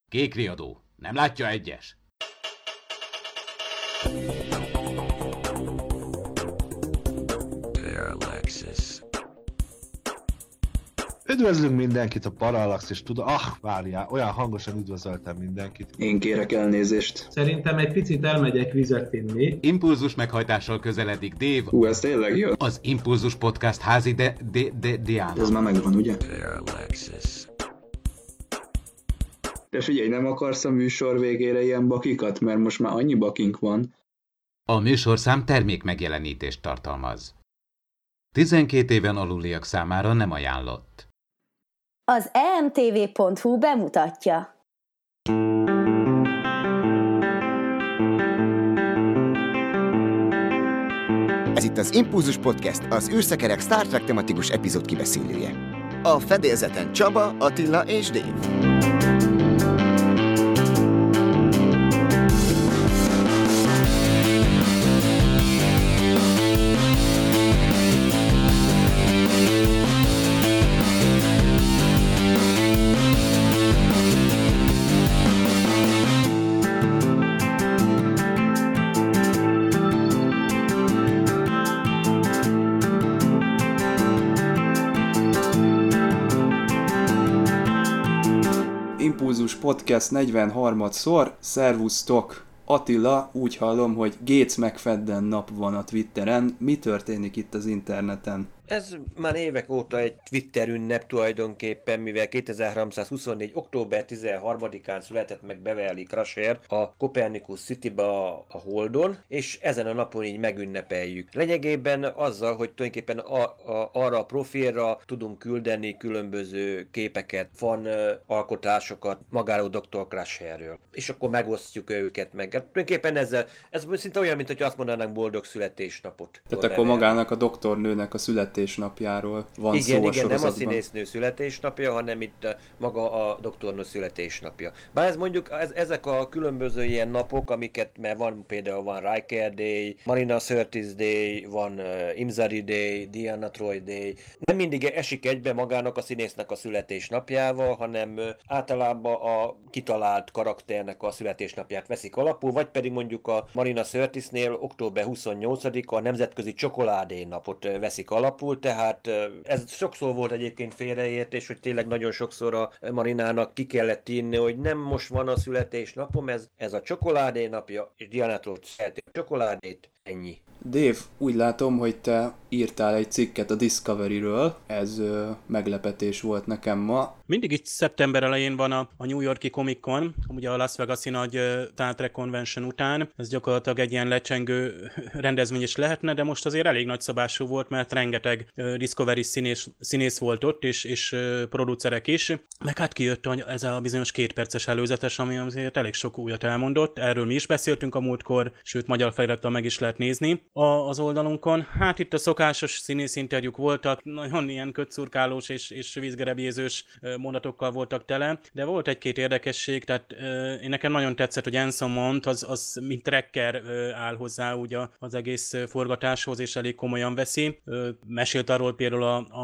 Kék riadó. Nem látja egyes? Üdvözlünk mindenkit a Parallax, és várjál, olyan hangosan üdvözöltem mindenkit. Én kérek elnézést. Szerintem egy picit elmegyek vizet inni. Impulzus meghajtással közeledik Dave. Ez tényleg jó? Az Impulzus Podcast házi Diana. Ez már megvan, ugye? De figyelj, nem akarsz a műsor végére ilyen bakikat? Mert most már annyi bakink van. A műsorszám termékmegjelenítést tartalmaz. 12 éven aluliak számára nem ajánlott. Az emtv.hu bemutatja. Ez itt az Impulzus Podcast, az űrszekerek Star Trek tematikus epizód kibeszélője. A fedélzeten Csaba, Attila és Dave. Impulzus Podcast 43-szor, szervusztok! Attila, úgy hallom, hogy Gates McFadden nap van a Twitteren. Mi történik itt az interneten? Ez már évek óta egy Twitter ünnep tulajdonképpen, mivel 2324. október 13-án született meg Beverly Crusher a Copernicus City-ba a Holdon, és ezen a napon így megünnepeljük. Lényegében azzal, hogy tulajdonképpen arra a profilra tudunk küldeni különböző képeket, fan alkotásokat magáról Dr. Crusherről. És akkor megosztjuk őket meg. Tulajdonképpen ez szinte olyan, mint hogy azt mondanánk boldog születésnapot. Tehát akkor magának a doktornőnek a születésnapjáról van szó a sorozatban. Igen, nem a színésznő születésnapja, hanem itt maga a doktornő születésnapja. Bár ez mondjuk, ezek a különböző ilyen napok, amiket, mert például van Riker Day, Marina Sirtis Day, van Imzari Day, Diana Troy Day, nem mindig esik egybe magának a színésznek a születésnapjával, hanem általában a kitalált karakternek a születésnapját veszik alapul, vagy pedig mondjuk a Marina Sirtisnél október 28-a a Nemzetközi Csokoládé napot veszik alapul, tehát ez sokszor volt egyébként félreértés, hogy tényleg nagyon sokszor a Marinának ki kellett írni, hogy nem most van a születésnapom, ez a csokoládé napja, és Dianától szereti a csokoládét, ennyi. Dave, úgy látom, hogy te írtál egy cikket a Discovery-ről, ez meglepetés volt nekem ma. Mindig itt szeptember elején van a New York-i Comic Con, ugye a Las Vegas-i nagy Star Trek Convention után. Ez gyakorlatilag egy ilyen lecsengő rendezvény is lehetne, de most azért elég nagyszabású volt, mert rengeteg Discovery színész volt ott, és producerek is. Meg hát kijött ez a bizonyos 2 perces előzetes, ami azért elég sok újat elmondott. Erről mi is beszéltünk a múltkor, sőt magyar felirattal meg is lehet nézni az oldalunkon. Hát itt a szokásos színész-interjúk voltak, nagyon ilyen kötszurkálós és vízgerebjézős mondatokkal voltak tele, de volt egy-két érdekesség, tehát én nekem nagyon tetszett, hogy Anson Mount az mint trekker áll hozzá úgy az egész forgatáshoz, és elég komolyan veszi. Mesélt arról például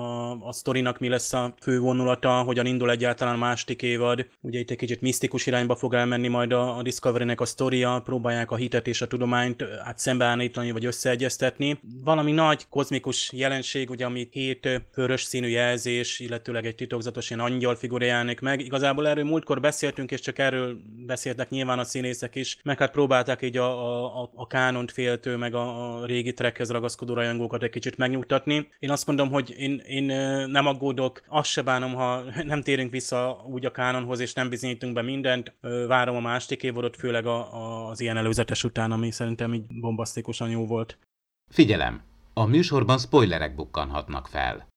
a sztorinak mi lesz a fő vonulata, hogyan indul egyáltalán a második évad. Ugye itt egy kicsit misztikus irányba fog elmenni majd a Discovery-nek a sztoria, próbálják a hitet és a tudományt szembeállítani vagy összeegyeztetni. Valami nagy kozmikus jelenség, ugye, ami 7 vörös színű jelzés, illetőleg egy titokzatos ilyen angyal figura jelenik meg. Igazából erről múltkor beszéltünk, és csak erről beszéltek nyilván a színészek is, meg hát próbálták így a kánont féltő, meg a régi Trekhez ragaszkodó rajongókat egy kicsit megnyugtatni. Én azt mondom, hogy én nem aggódok, azt se bánom, ha nem térünk vissza úgy a kánonhoz, és nem bizonyítunk be mindent. Várom a második évadot, főleg az ilyen előzetes után, ami szerintem így bombasztikusan jó volt. Figyelem! A műsorban spoilerek bukkanhatnak fel.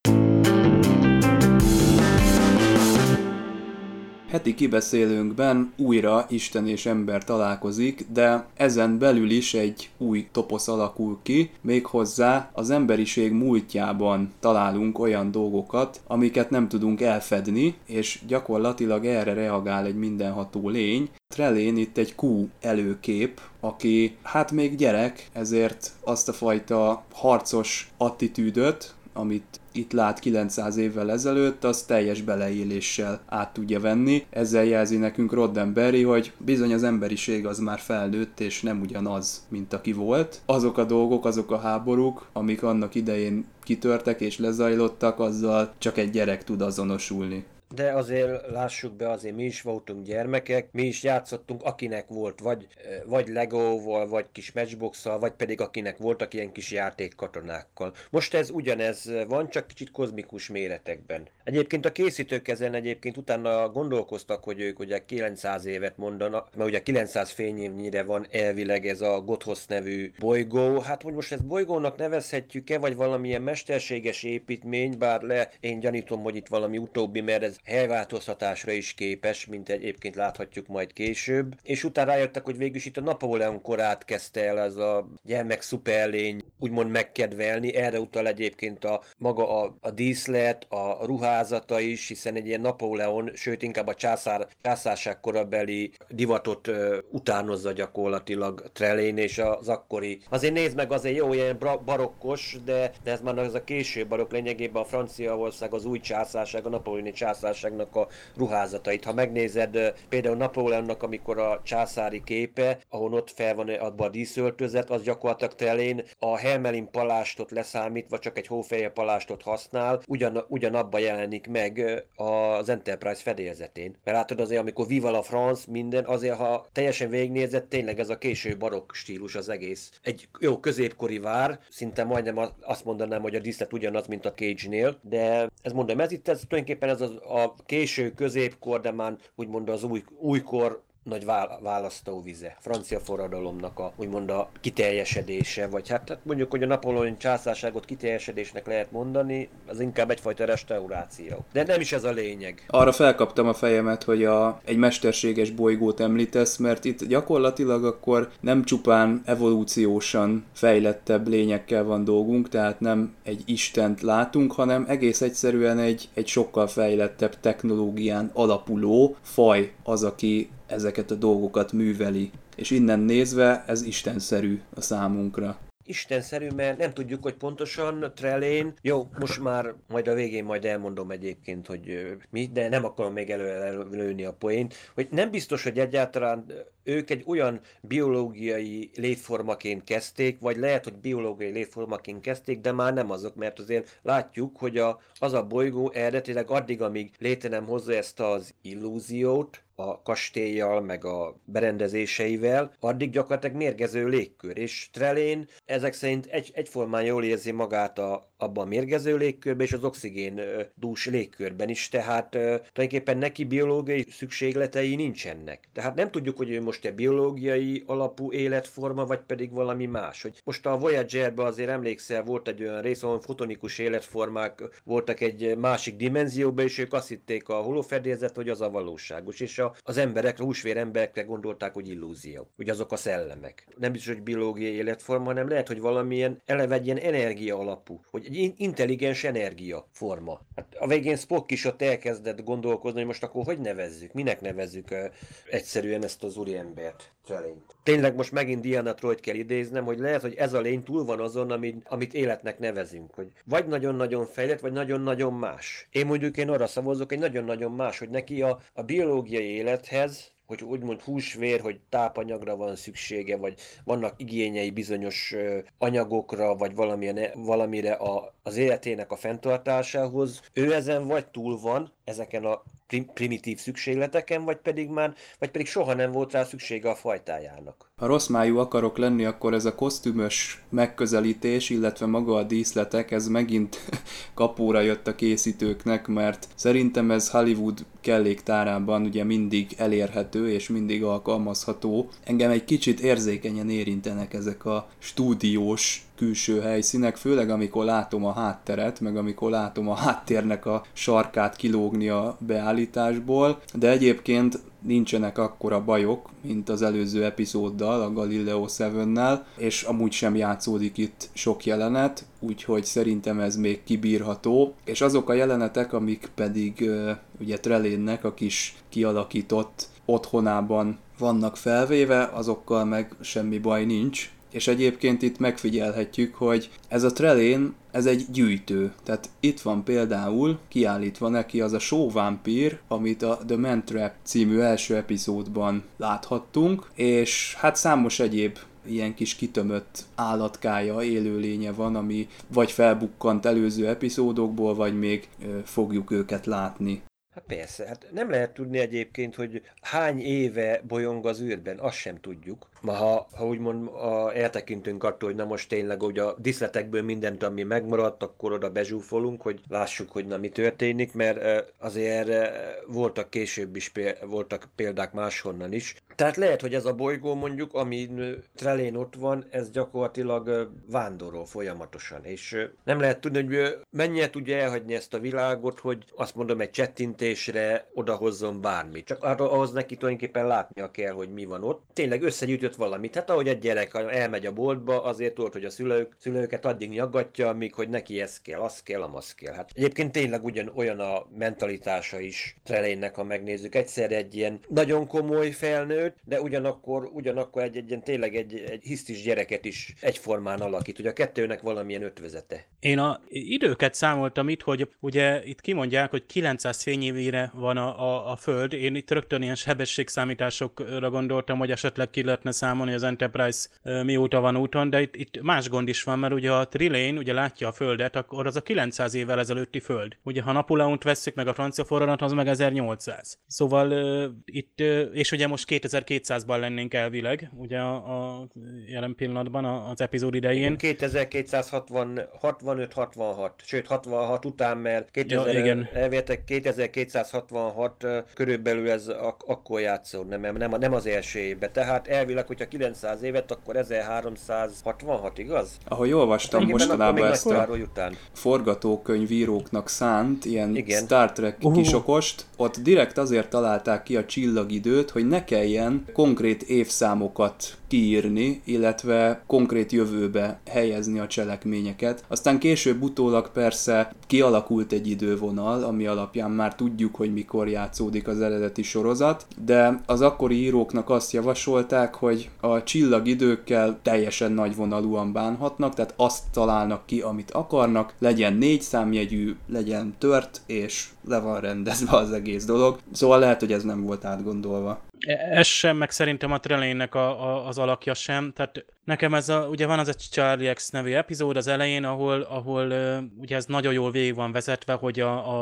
Heti kibeszélőnkben újra Isten és ember találkozik, de ezen belül is egy új toposz alakul ki, méghozzá az emberiség múltjában találunk olyan dolgokat, amiket nem tudunk elfedni, és gyakorlatilag erre reagál egy mindenható lény. Trellén itt egy Q előkép, aki hát még gyerek, ezért azt a fajta harcos attitűdöt, amit itt lát 900 évvel ezelőtt, az teljes beleéléssel át tudja venni. Ezzel jelzi nekünk Roddenberry, hogy bizony az emberiség az már felnőtt, és nem ugyanaz, mint aki volt. Azok a dolgok, azok a háborúk, amik annak idején kitörtek és lezajlottak, azzal csak egy gyerek tud azonosulni. De azért lássuk be, azért mi is voltunk gyermekek, mi is játszottunk, akinek volt vagy Legóval, vagy kis Matchbox-szal, vagy pedig akinek voltak ilyen kis játékkatonákkal. Most ez ugyanez van, csak kicsit kozmikus méretekben. Egyébként a készítők ezen utána gondolkoztak, hogy ők ugye 900 évet mondanak, mert ugye 900 fényévnyire van elvileg ez a Gothos nevű bolygó. Hát hogy most ezt bolygónak nevezhetjük-e, vagy valamilyen mesterséges építmény, bár én gyanítom, hogy itt valami utóbbi, mert ez helyváltoztatásra is képes, mint egyébként láthatjuk majd később. És utána rájöttek, hogy végülis itt a Napóleon korát kezdte el ez a gyermek szuperlény úgymond megkedvelni. Erre utal egyébként maga a díszlet, a ruházata is, hiszen egy ilyen Napóleon, sőt inkább a császárság korabeli divatot utánozza gyakorlatilag Trelane és az akkori. Azért nézd meg, azért jó, ilyen barokkos, de ez már az a késő barokk, lényegében a Franciaország, az új császárság, a napóleoni császárságnak a ruházatait. Ha megnézed például Napóleonnak, amikor a császári képe, ahol ott fel van abban a díszöltözet, az gyakorlatilag Trelane a Hermelin palástot leszámítva csak egy hófehér palástot használ, ugyanabban jelenik meg az Enterprise fedélzetén. Mert látod azért, amikor Viva la France minden, azért ha teljesen végignézed, tényleg ez a késő barokk stílus az egész. Egy jó középkori vár, szinte majdnem azt mondanám, hogy a díszlet ugyanaz, mint a Cage-nél, de ez tulajdonképpen ez a késő középkor, de már úgymond az újkor nagy választóvize. Francia forradalomnak úgymond a kiteljesedése, vagy hát mondjuk, hogy a napóleoni császárságot kiteljesedésnek lehet mondani, az inkább egyfajta restauráció. De nem is ez a lényeg. Arra felkaptam a fejemet, hogy egy mesterséges bolygót említesz, mert itt gyakorlatilag akkor nem csupán evolúciósan fejlettebb lényekkel van dolgunk, tehát nem egy istent látunk, hanem egész egyszerűen egy sokkal fejlettebb technológián alapuló faj az, aki ezeket a dolgokat műveli. És innen nézve ez istenszerű a számunkra. Istenszerű, mert nem tudjuk, hogy pontosan Trelane, jó, most már majd a végén majd elmondom egyébként, hogy mi, de nem akarom még előlőni a poént, hogy nem biztos, hogy egyáltalán ők egy olyan biológiai létformaként kezdték, vagy lehet, hogy biológiai létformaként kezdték, de már nem azok, mert azért látjuk, hogy az a bolygó eredetileg addig, amíg létre nem hozza ezt az illúziót, a kastélyjal, meg a berendezéseivel, addig gyakorlatilag mérgező légkör, és Trelane ezek szerint egyformán jól érzi magát abban a mérgező légkörben, és az oxigén dús légkörben is, tehát tulajdonképpen neki biológiai szükségletei nincsenek. Tehát nem tudjuk, hogy ő most egy biológiai alapú életforma, vagy pedig valami más. Hogy most a Voyager-ben azért emlékszel, volt egy olyan rész, ahol fotonikus életformák voltak egy másik dimenzióban, és ők azt hitték a holofedélzet, hogy az a valóságos, és az emberekre, húsvér emberekre gondolták, hogy illúzió, hogy azok a szellemek. Nem biztos, hogy biológiai életforma, hanem lehet, hogy valamilyen eleve egy ilyen energia alapú, hogy egy intelligens energiaforma. Hát a végén Spock is ott elkezdett gondolkozni, hogy most akkor hogy nevezzük, minek nevezzük egyszerűen ezt az úriembert, Trelane-t. Tényleg most megint Diana Troyt kell idéznem, hogy lehet, hogy ez a lény túl van azon, amit életnek nevezünk, hogy vagy nagyon-nagyon fejlett, vagy nagyon-nagyon más. Én arra szavazok, hogy nagyon-nagyon más, hogy neki a biológiai élethez, hogy úgymond húsvér, hogy tápanyagra van szüksége, vagy vannak igényei bizonyos anyagokra, vagy valamire az életének a fenntartásához. Ő ezen vagy túl van, ezeken a primitív szükségleteken, vagy pedig soha nem volt rá szüksége a fajtájának. Ha rossz májú akarok lenni, akkor ez a kosztümös megközelítés, illetve maga a díszletek, ez megint kapóra jött a készítőknek, mert szerintem ez Hollywood kelléktárában ugye mindig elérhető és mindig alkalmazható. Engem egy kicsit érzékenyen érintenek ezek a stúdiós külső helyszínek, főleg amikor látom a hátteret, meg amikor látom a háttérnek a sarkát kilógni a beállításból, de egyébként nincsenek akkora bajok, mint az előző epizóddal, a Galileo 7-nel, és amúgy sem játszódik itt sok jelenet, úgyhogy szerintem ez még kibírható, és azok a jelenetek, amik pedig ugye Trelane-nek a kis kialakított otthonában vannak felvéve, azokkal meg semmi baj nincs. És egyébként itt megfigyelhetjük, hogy ez a Trelane, ez egy gyűjtő. Tehát itt van például kiállítva neki az a sóvámpír, amit a The Man Trap című első epizódban láthattunk, és hát számos egyéb ilyen kis kitömött állatkája, élőlénye van, ami vagy felbukkant előző epizódokból, vagy még fogjuk őket látni. Hát persze, hát nem lehet tudni egyébként, hogy hány éve bolyong az űrben, azt sem tudjuk. Ha úgymond eltekintünk attól, hogy na most tényleg ugye a diszletekből mindent, ami megmaradt, akkor oda bezsúfolunk, hogy lássuk, hogy na mi történik, mert azért voltak később is voltak példák máshonnan is. Tehát lehet, hogy ez a bolygó mondjuk, ami Trelane ott van, ez gyakorlatilag vándorol folyamatosan, és nem lehet tudni, hogy mennyire tudja elhagyni ezt a világot, hogy azt mondom, egy csettintésre odahozzon bármit. Csak ahhoz neki tulajdonképpen látnia kell, hogy mi van ott. Tényleg összegyűjtött valamit. Hát ahogy egy gyerek elmegy a boltba, azért tudod, hogy a szülőket addig nyaggatja, amíg hogy neki ez kell, az kell, amaz kell. Hát egyébként tényleg olyan a mentalitása is Trelane-nek, ha megnézzük. Egyszer egy ilyen nagyon komoly felnőtt, de ugyanakkor egy tényleg egy hisztis gyereket is egyformán alakít. Ugye a kettőnek valamilyen ötvözete. Én a időket számoltam itt, hogy ugye itt kimondják, hogy 900 fényévére van a Föld. Én itt rögtön ilyen sebességszámításokra gondoltam, hogy esetleg ki lehetne számolni az Enterprise mióta van úton, de itt más gond is van, mert ugye a Trelane ugye látja a Földet, akkor az a 900 évvel ezelőtti Föld. Ugye ha Napóleont vesszük, meg a francia forradalmat, az meg 1800. Szóval itt, és ugye most 2200-ban lennénk elvileg, ugye a jelen pillanatban az epizód idején. 2265-66, sőt 66 után, mert 2266 körülbelül ez akkor játszódna, nem az első évben. Tehát elvileg, hogyha 900 évet, akkor 1366, igaz? Ahogy olvastam mostanában ezt a forgatókönyvíróknak szánt ilyen Star Trek kisokost, ott direkt azért találták ki a csillagidőt, hogy ne kelljen konkrét évszámokat kiírni, illetve konkrét jövőbe helyezni a cselekményeket. Aztán később utólag persze kialakult egy idővonal, ami alapján már tudjuk, hogy mikor játszódik az eredeti sorozat, de az akkori íróknak azt javasolták, hogy a csillagidőkkel teljesen nagyvonalúan bánhatnak, tehát azt találnak ki, amit akarnak, legyen 4 számjegyű, legyen tört, és le van rendezve az egész dolog. Szóval lehet, hogy ez nem volt átgondolva. Ez sem, meg szerintem a Trelane-nek az alakja sem. Tehát nekem ugye van az egy Charlie X nevű epizód az elején, ahol ugye ez nagyon jól végig van vezetve, hogy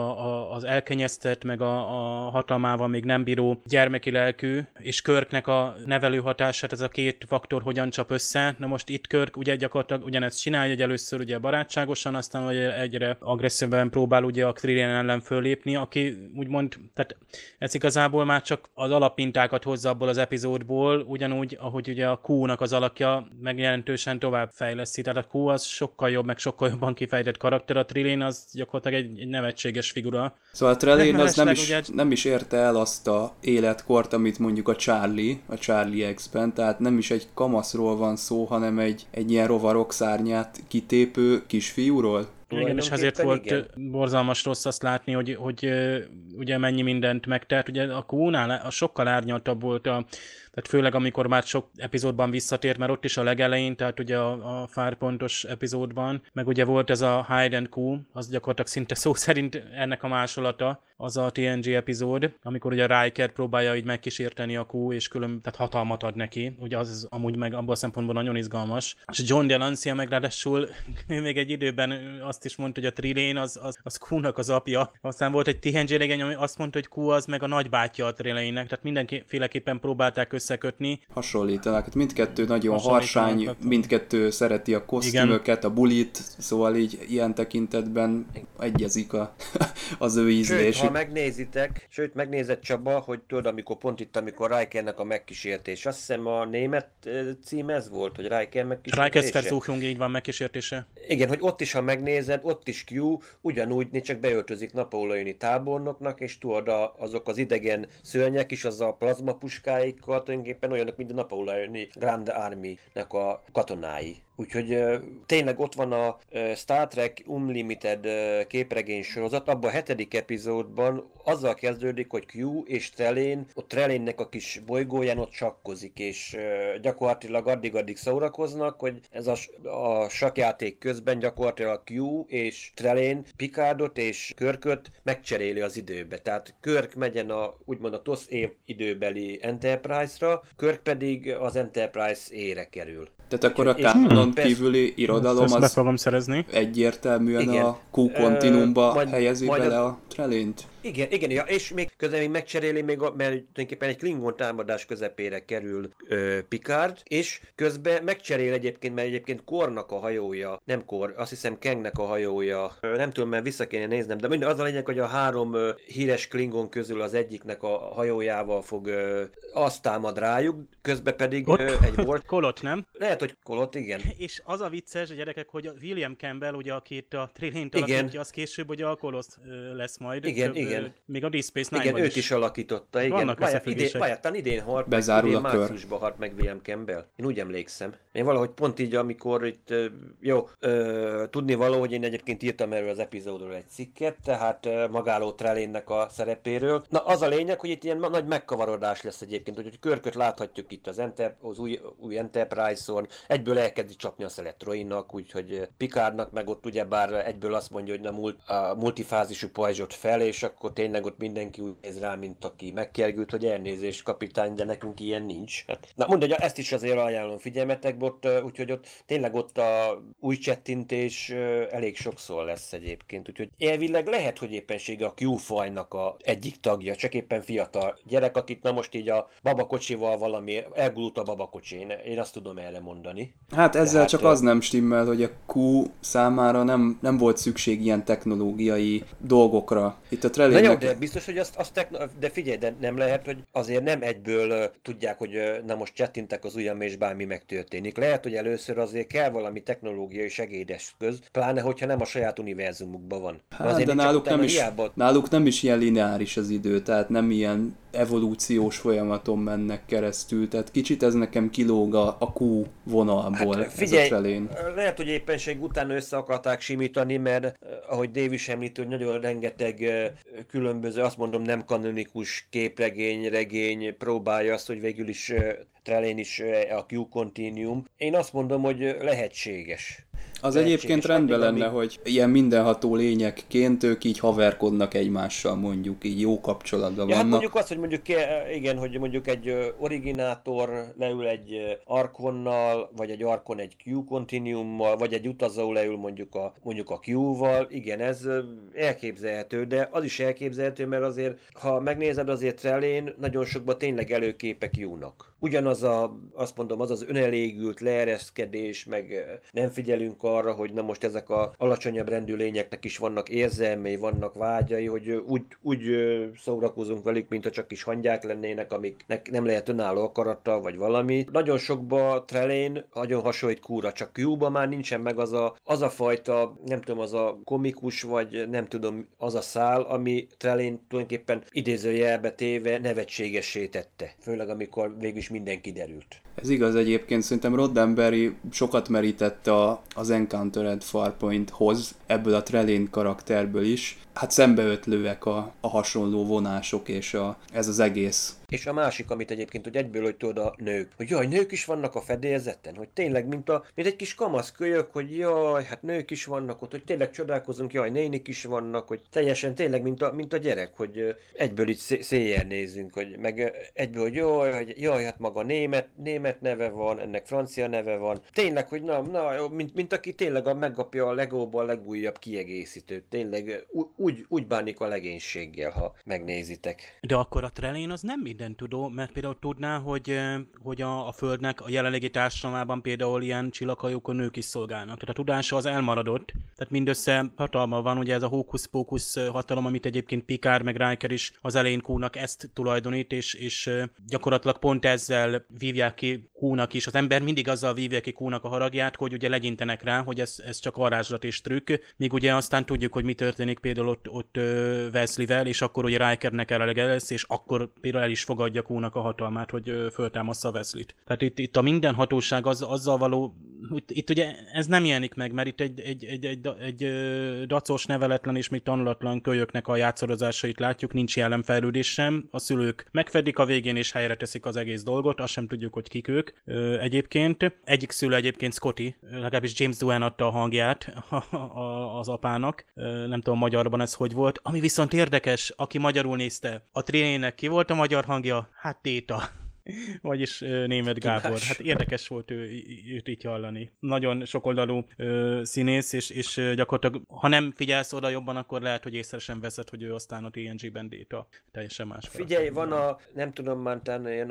az elkenyeztett, meg a hatalmával még nem bíró gyermeki lelkű, és Kirknek a nevelő hatását, ez a két faktor hogyan csap össze. Na most itt Kirk ugye gyakorlatilag ugyanezt csinálja, hogy először ugye barátságosan, aztán ugye egyre agresszívben próbál ugye a Trelane ellen föllépni, aki úgymond, tehát ez igazából már csak az alapminták hozza abból az epizódból, ugyanúgy, ahogy ugye a Q-nak az alakja meg jelentősen tovább fejleszti. Tehát a Q az sokkal jobb, meg sokkal jobban kifejtett karakter, a Trelane az gyakorlatilag egy nevetséges figura. Szóval a Trelane az nem is érte el azt a életkort, amit mondjuk a Charlie X-ben, tehát nem is egy kamaszról van szó, hanem egy ilyen rovarok szárnyát kitépő kisfiúról. Igen, és ezért volt borzalmas rossz azt látni, hogy ugye mennyi mindent megtett. Ugye a Q-nál sokkal árnyaltabb volt tehát főleg amikor már sok epizódban visszatért, mert ott is a legelején, tehát ugye a Farpontos epizódban, meg ugye volt ez a Hide and Q, az gyakorlatilag szinte szó szerint ennek a másolata, az a TNG epizód, amikor ugye a Riker próbálja így megkísérteni a Q, és tehát hatalmat ad neki, ugye az amúgy meg abban a szempontból nagyon izgalmas. És John Delancey meg ráadásul még egy időben azt is mondta, hogy a Trelane az Q-nak az apja. Aztán volt egy TNG regény, ami azt mondta, hogy Q az meg a nagybátyja a Trelane-nek, tehát mindenféleképpen próbálták összekötni. Hasonlítanak, mindkettő nagyon harsány, mindkettő szereti a kosztümöket, a bulit, szóval így ilyen tekintetben egyezik az ő ízlés. Sőt, ha megnézitek, megnézed Csaba, hogy tudod, amikor Rikernek a megkísértés, azt hiszem a német cím ez volt, hogy Riker megkísértése. Riker's Versuchung, így van, megkísértése. Igen, hogy ott is, ha megnézed, ott is Q ugyanúgy csak beöltözik napóleoni tábornoknak, és tudod, azok az idegen szörnyek is, az a plazmapuskáikkal tulajdonképpen olyanok, mint a napóleoni Grand Army-nek a katonái. Úgyhogy tényleg ott van a Star Trek Unlimited képregény sorozat, abban a 7. epizódban azzal kezdődik, hogy Q és Trelane, ott Trelane-nek a kis bolygóján ott sakkozik, és gyakorlatilag addig szórakoznak, hogy ez a sakkjáték közben gyakorlatilag Q és Trelane Picardot és Kirköt megcseréli az időbe. Tehát Kirk megyen úgymond a TOS időbeli Enterprise-ra, Kirk pedig az Enterprise ére kerül. Tehát akkor a kánon kívüli irodalom az fogom szerezni. Egyértelműen igen. A Q-kontinumba helyezi bele a Trelane-t? Igen, ja, és még közben még megcseréli, mert tulajdonképpen egy Klingon támadás közepére kerül Picard, és közben megcserél egyébként, mert egyébként Kornak a hajója, nem Kor, azt hiszem Kangnek a hajója, nem tudom, mert vissza kéne néznem, de minden az a lényeg, hogy a 3 híres Klingon közül az egyiknek a hajójával fog azt támad rájuk, közben pedig egy volt... Kolot, nem? Lehet, hogy Kolot, igen. És az a vicces, a gyerekek, hogy a William Campbell, ugye, akit a Trelane-t alakítja, az később ugye a Kolosz lesz majd. Igen. Még a Deep Space Nine-ban igen, őt is alakította, igen. Vannak összefüggések. Idén halt Bezárul meg, a kör. márciusban halt meg William Campbell. Én úgy emlékszem. Én valahogy pont így, amikor itt, tudni való, hogy én egyébként írtam erről az epizódról egy cikket, tehát magáló Trelane-nek a szerepéről. Na, az a lényeg, hogy itt ilyen nagy megkavarodás lesz egyébként, hogy Kirköt láthatjuk itt az új Enterprise-on, egyből elkezdi csapni a szelet Troynak, úgyhogy Picardnak meg ott ugyebár egyből azt mondja, hogy a multifázisú pajzsot fel, és akkor tényleg ott mindenki úgy néz rá, mint aki megkergült, hogy elnézést kapitány, de nekünk ilyen nincs. Na mondja, ezt is azért ajánlom figyelmetekbe, úgyhogy ott tényleg ott a új csettintés elég sokszor lesz egyébként, úgyhogy elvileg lehet, hogy éppensége a Q-fajnak a egyik tagja, csak éppen fiatal gyerek, akit na most így a babakocsival valami elgulult a babakocsi, én azt tudom erre mondani. Hát ezzel csak az nem stimmel, hogy a Q számára nem volt szükség ilyen technológiai dolgokra. Itt a Trelane-nek... De biztos, hogy de figyelj, de nem lehet, hogy azért nem egyből tudják, hogy na most csettintek az ujjam és bármi megtörténik. Lehet, hogy először azért kell valami technológiai segédeszköz, pláne hogyha nem a saját univerzumukban van. Hát, de náluk nem is ilyen lineáris az idő, tehát nem ilyen evolúciós folyamaton mennek keresztül, tehát kicsit ez nekem kilóg a Q vonalból, hát, figyelj, ez a Trelane. Lehet, hogy éppenség utána össze akarták simítani, mert ahogy Dave is említő, hogy nagyon rengeteg különböző, azt mondom nem kanonikus regény próbálja azt, hogy végül is Trelane is a Q-Continuum. Én azt mondom, hogy lehetséges. Az egyébként rendben lenne, hogy ilyen mindenható lényekként ők így haverkodnak egymással, mondjuk, így jó kapcsolatban vannak. Hát mondjuk azt, hogy hogy mondjuk egy originátor leül egy Arkonnal, vagy egy Arkon egy Q-kontinuummal, vagy egy utazó leül mondjuk a Q-val, igen, ez elképzelhető, de az is elképzelhető, mert azért, ha megnézed, azért Trelane nagyon sokban tényleg előképe Q-nak. Ugyanaz azt mondom, az önelégült leereszkedés, meg nem figyelünk arra, hogy na most ezek a alacsonyabb rendű lényeknek is vannak érzelmei, vannak vágyai, hogy úgy szórakozunk velük, mint ha csak kis hangyák lennének, amiknek nem lehet önálló akarattal, vagy valami. Nagyon sokba Trelane nagyon hasonlít Q-ra, csak Q-ba már nincsen meg az a fajta, nem tudom, az a komikus, vagy nem tudom, az a szál, ami Trelane tulajdonképpen idézőjelbe téve nevetségessé tette. Főleg amikor végülis minden kiderült. Ez igaz egyébként, szerintem Roddenberry sokat merített az Encountered Farpointhoz, ebből a Trelane karakterből is. Hát szembeötlőek a hasonló vonások és ez az egész. És a másik, amit egyébként, hogy egyből, hogy tudod a nők, hogy jaj, nők is vannak a fedélzeten, hogy tényleg, mint egy kis kamaszkölyök, hogy jaj, hát nők is vannak ott, hogy tényleg csodálkozunk, jaj, nénik is vannak, hogy teljesen tényleg, mint a gyerek, hogy egyből így széjjel nézünk, hogy meg egyből, hogy jaj, hát maga német neve van, ennek francia neve van, tényleg, hogy mint aki tényleg megkapja a Legóban a legújabb kiegészítőt, tényleg úgy bánik a legénységgel, ha megnézitek. De akkor a Trelane az nem minden tudó, mert például tudná, hogy a Földnek a jelenlegi társadalmában például ilyen csillaghajókon nők is szolgálnak. Tehát a tudása az elmaradott, tehát mindössze hatalma van, ugye ez a hókusz-pókusz hatalom, amit egyébként Picard meg Riker is az elején Q-nak ezt tulajdonít, és gyakorlatilag pont ezzel vívják ki Q-nak is. Az ember mindig azzal vívja ki Q-nak a haragját, hogy ugye legyintenek rá, hogy ez csak varázslat és trükk, míg ugye aztán tudjuk, hogy mi történik például ott Wesley-vel, és akkor ugye Rikernek elege lesz, és akkor például el is fogadja Q-nak a hatalmát, hogy föltámassza Wesley-t. Tehát itt a minden hatóság azzal való, itt ugye ez nem jelenik meg, mert itt egy dacos, neveletlen és még tanulatlan kölyöknek a játszorozásait látjuk, nincs jelenfejlődés sem, a szülők megfedik a végén és helyre teszik az egész dolgot, azt sem tudjuk, hogy kik ők egyébként. Egyik szülő egyébként Scotty, legalábbis James Doohan adta a hangját az apának, nem tudom magyarban ez hogy volt. Ami viszont érdekes, aki magyarul nézte, a trénének ki volt a magyar hangja? Hát Téta. Vagyis Németh Gábor. Hát érdekes volt őt így hallani. Nagyon sokoldalú színész, és gyakorlatilag, ha nem figyelsz oda jobban, akkor lehet, hogy észre sem veszed, hogy ő aztán a TNG-ben Déta. Teljesen más. Figyelj, van nem tudom már,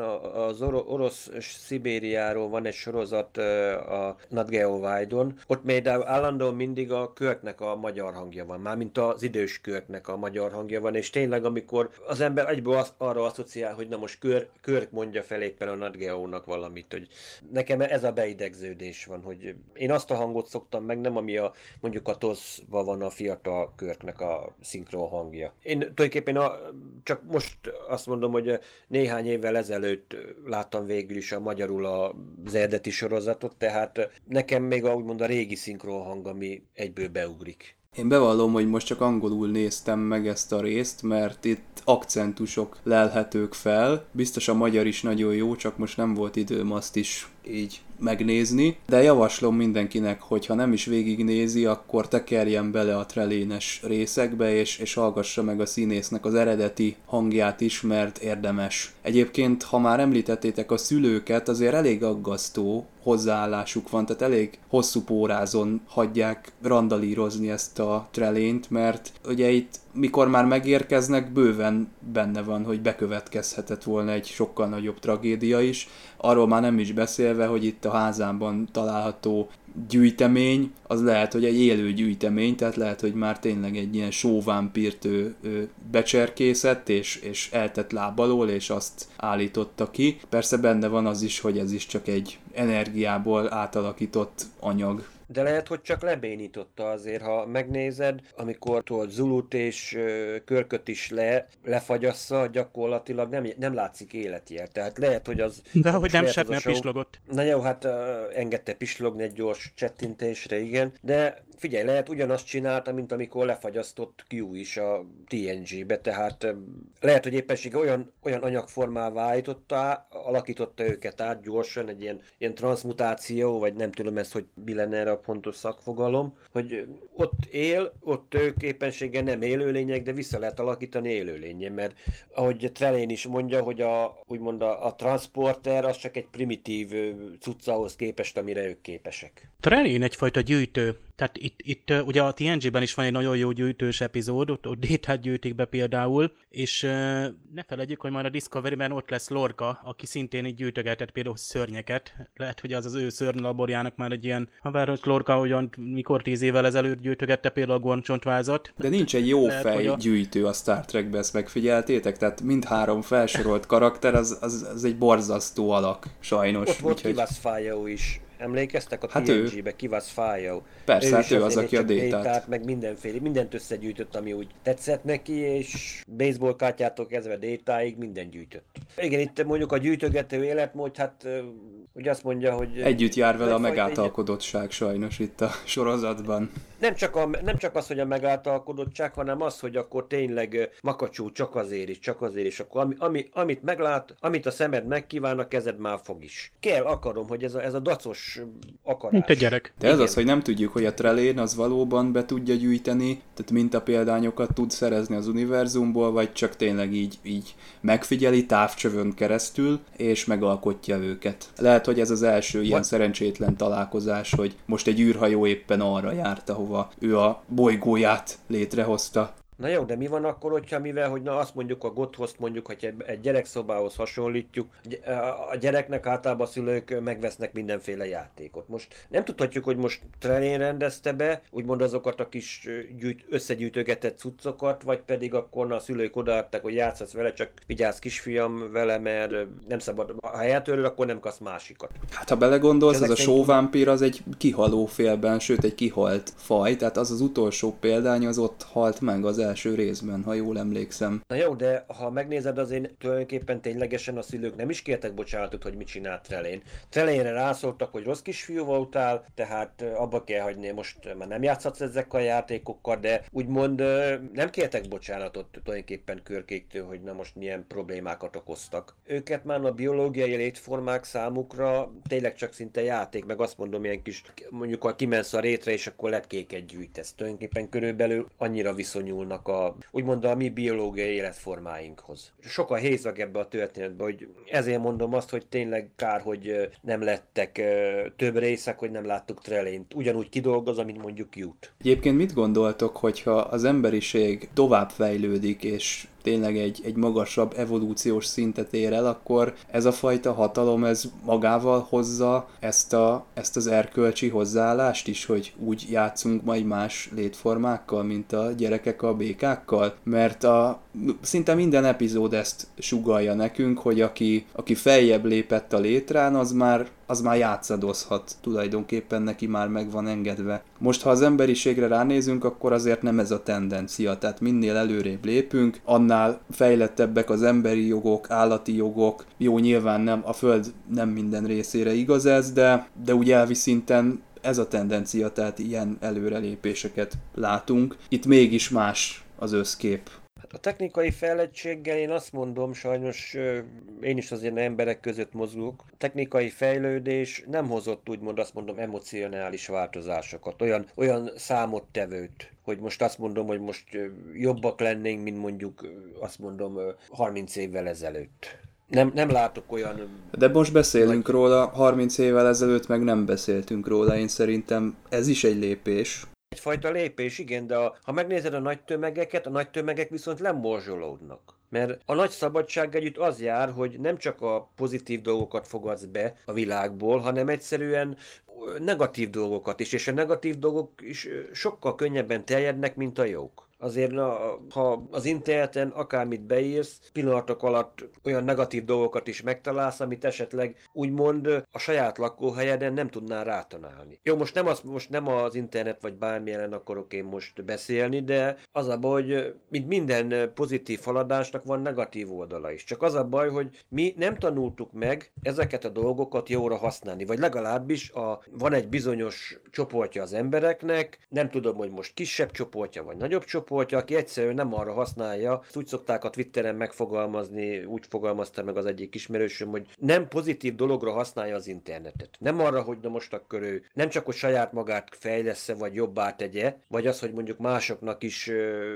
az orosz Szibériáról van egy sorozat a Nat Geo Wide-on. Ott például állandóan mindig a Kirknek a magyar hangja van, mármint az idős Kirknek a magyar hangja van, és tényleg amikor az ember egyből arra asszociál, hogy na most Kirk mondja fel éppen a Nat Geo-nak valamit, hogy nekem ez a beidegződés van, hogy én azt a hangot szoktam meg, nem ami mondjuk a TOS-ban van a fiatal Kirknek a szinkron hangja. Én tulajdonképpen csak most azt mondom, hogy néhány évvel ezelőtt láttam végül is a magyarul az eredeti sorozatot, tehát nekem még úgymond a régi szinkron hang, ami egyből beugrik. Én bevallom, hogy most csak angolul néztem meg ezt a részt, mert itt akcentusok lelhetők fel. Biztos a magyar is nagyon jó, csak most nem volt időm azt is így megnézni. De javaslom mindenkinek, hogy ha nem is végignézi, akkor tekerjen bele a trelénes részekbe, és hallgassa meg a színésznek az eredeti hangját is, mert érdemes. Egyébként, ha már említettétek a szülőket, azért elég aggasztó hozzáállásuk van, tehát elég hosszú pórázon hagyják randalírozni ezt a trelént, mert ugye itt mikor már megérkeznek, bőven benne van, hogy bekövetkezhetett volna egy sokkal nagyobb tragédia is. Arról már nem is beszélve, hogy itt a házában található gyűjtemény, az lehet, hogy egy élő gyűjtemény, tehát lehet, hogy már tényleg egy ilyen sóvámpírt becserkészett, és eltett láb alól, és azt állította ki. Persze benne van az is, hogy ez is csak egy energiából átalakított anyag. De lehet, hogy csak lebénította azért, ha megnézed, amikor Zulut és Kirköt is lefagyassza, gyakorlatilag nem látszik életjel. Tehát lehet, hogy az... De hogy nem sepne a pislogott. Na jó, hát engedte pislogni egy gyors csettintésre, igen. De figyelj, lehet ugyanazt csinálta, mint amikor lefagyasztott Q is a TNG-be, tehát lehet, hogy éppenséggel olyan anyagformává alakította őket át gyorsan, egy ilyen transmutáció, vagy nem tudom ezt, hogy mi lenne erre a pontos szakfogalom, hogy ott ők éppenséggel nem élőlények, de vissza lehet alakítani élőlénye, mert ahogy Trelane is mondja, hogy úgymond a transporter az csak egy primitív cucc ahhoz képest, amire ők képesek. Trelane egyfajta gyűjtő. Tehát itt ugye a TNG-ben is van egy nagyon jó gyűjtős epizód, ott Détát gyűjtik be például, és ne felejtjük, hogy majd a Discovery-ben ott lesz Lorca, aki szintén így gyűjtögetett például szörnyeket. Lehet, hogy az ő szörnylaborjának már egy ilyen, ha várhat Lorca, hogyan mikor 10 évvel ezelőtt gyűjtögette például a Gorncsontvászat. De nincs egy jó fej gyűjtő a Star Trekbe, ezt megfigyeltétek? Tehát mindhárom felsorolt karakter, az egy borzasztó alak, sajnos. Ott volt Kivas Fájó is. Emlékeztek a TNG-be, Kivas Fájó. Persze, hát ő az, aki a Détát. Meg mindent összegyűjtött, ami úgy tetszett neki, és baseball kártyától kezdve Détáig mindent gyűjtött. Igen, itt mondjuk a gyűjtögető életmód, hát ugye azt mondja, hogy... Együtt jár vele a megáltalkodottság sajnos itt a sorozatban. Nem csak az, hogy a megáltalkodottság, hanem az, hogy akkor tényleg makacsú csak azért is, akkor amit meglát, amit a szemed megkíván, a kezed már fog is. Akarom, hogy ez a dacos akarás. Mint a gyerek. De ez az, hogy nem tudjuk, hogy a Trelane az valóban be tudja gyűjteni, tehát mintapéldányokat tud szerezni az univerzumból, vagy csak tényleg így megfigyeli távcsövön keresztül, és megalkotja őket. Lehet, hogy ez az első ilyen szerencsétlen találkozás, hogy most egy űrhajó éppen arra járt, ahova ő a bolygóját létrehozta. Na jó, de mi van akkor, hogy azt mondjuk a Gotthost mondjuk, hogy egy gyerekszobához hasonlítjuk, a gyereknek általában a szülők megvesznek mindenféle játékot. Most nem tudhatjuk, hogy most Trelane rendezte be, úgymond azokat a kis összegyűjtögetett cuccokat, vagy pedig akkor a szülők odaadták, hogy játszhatsz vele, csak vigyázz kisfiam vele, mert nem szabad, ha eltöröl, akkor nem kapsz másikat. Hát ha belegondolsz, az a sóvámpír az egy kihaló félben, sőt egy kihalt faj, tehát az utolsó példány az ott halt meg az legelső részben, ha jól emlékszem. Na jó, de ha megnézed, azért tulajdonképpen ténylegesen a szülők nem is kértek bocsánatot, hogy mit csinált Trelane. Trelane-re rászóltak, hogy rossz kisfiú voltál, tehát abba kell hagyni, most már nem játszhatsz ezekkel a játékokkal, de úgymond nem kértek bocsánatot tulajdonképpen Körkéktől, hogy na most milyen problémákat okoztak. Őket már a biológiai létformák számukra tényleg csak szinte játék, meg azt mondom, ilyen kis, mondjuk ha kimensz a rétre, és akkor lepkéket gyűjtesz. Tulajdonképpen körülbelül annyira viszonyulnak úgymond a mi biológiai életformáinkhoz. Sok a hézag ebbe a történetbe, hogy ezért mondom azt, hogy tényleg kár, hogy nem lettek több részek, hogy nem láttuk Trelane-t. Ugyanúgy kidolgozza, mint mondjuk Hugh-t. Egyébként mit gondoltok, hogyha az emberiség tovább fejlődik, és tényleg egy magasabb evolúciós szintet ér el, akkor ez a fajta hatalom, ez magával hozza ezt az erkölcsi hozzáállást is, hogy úgy játszunk majd más létformákkal, mint a gyerekek a békákkal? Mert szinte minden epizód ezt sugallja nekünk, hogy aki feljebb lépett a létrán, az már játszadozhat, tulajdonképpen neki már meg van engedve. Most, ha az emberiségre ránézünk, akkor azért nem ez a tendencia, tehát minél előrébb lépünk, annál fejlettebbek az emberi jogok, állati jogok. Jó, nyilván nem, a Föld nem minden részére igaz ez, de úgy elvi szinten ez a tendencia, tehát ilyen előrelépéseket látunk. Itt mégis más az összkép. A technikai fejlettséggel én azt mondom, sajnos én is azért emberek között mozgok, a technikai fejlődés nem hozott úgymond azt mondom emocionális változásokat, olyan számottevőt, hogy most azt mondom, hogy most jobbak lennénk, mint mondjuk azt mondom 30 évvel ezelőtt. Nem látok olyan... De most beszélünk róla, 30 évvel ezelőtt meg nem beszéltünk róla, én szerintem ez is egy lépés. Egyfajta lépés, igen, de ha megnézed a nagy tömegek viszont lemorzsolódnak. Mert a nagy szabadság együtt az jár, hogy nem csak a pozitív dolgokat fogadsz be a világból, hanem egyszerűen negatív dolgokat is, és a negatív dolgok is sokkal könnyebben terjednek, mint a jók. Azért, ha az interneten akármit beírsz, pillanatok alatt olyan negatív dolgokat is megtalálsz, amit esetleg úgymond a saját lakóhelyeden nem tudnál rátanálni. Jó, most nem az internet vagy bármilyen akarok én most beszélni, de az a baj, hogy mint minden pozitív haladásnak van negatív oldala is. Csak az a baj, hogy mi nem tanultuk meg ezeket a dolgokat jóra használni, vagy legalábbis van egy bizonyos csoportja az embereknek, nem tudom, hogy most kisebb csoportja vagy nagyobb csoportja, aki egyszerűen nem arra használja, úgy szokták a Twitteren megfogalmazni, úgy fogalmazta meg az egyik ismerősöm, hogy nem pozitív dologra használja az internetet. Nem arra, hogy na most akkor ő nem csak, hogy saját magát fejlessze, vagy jobbá tegye, vagy az, hogy mondjuk másoknak is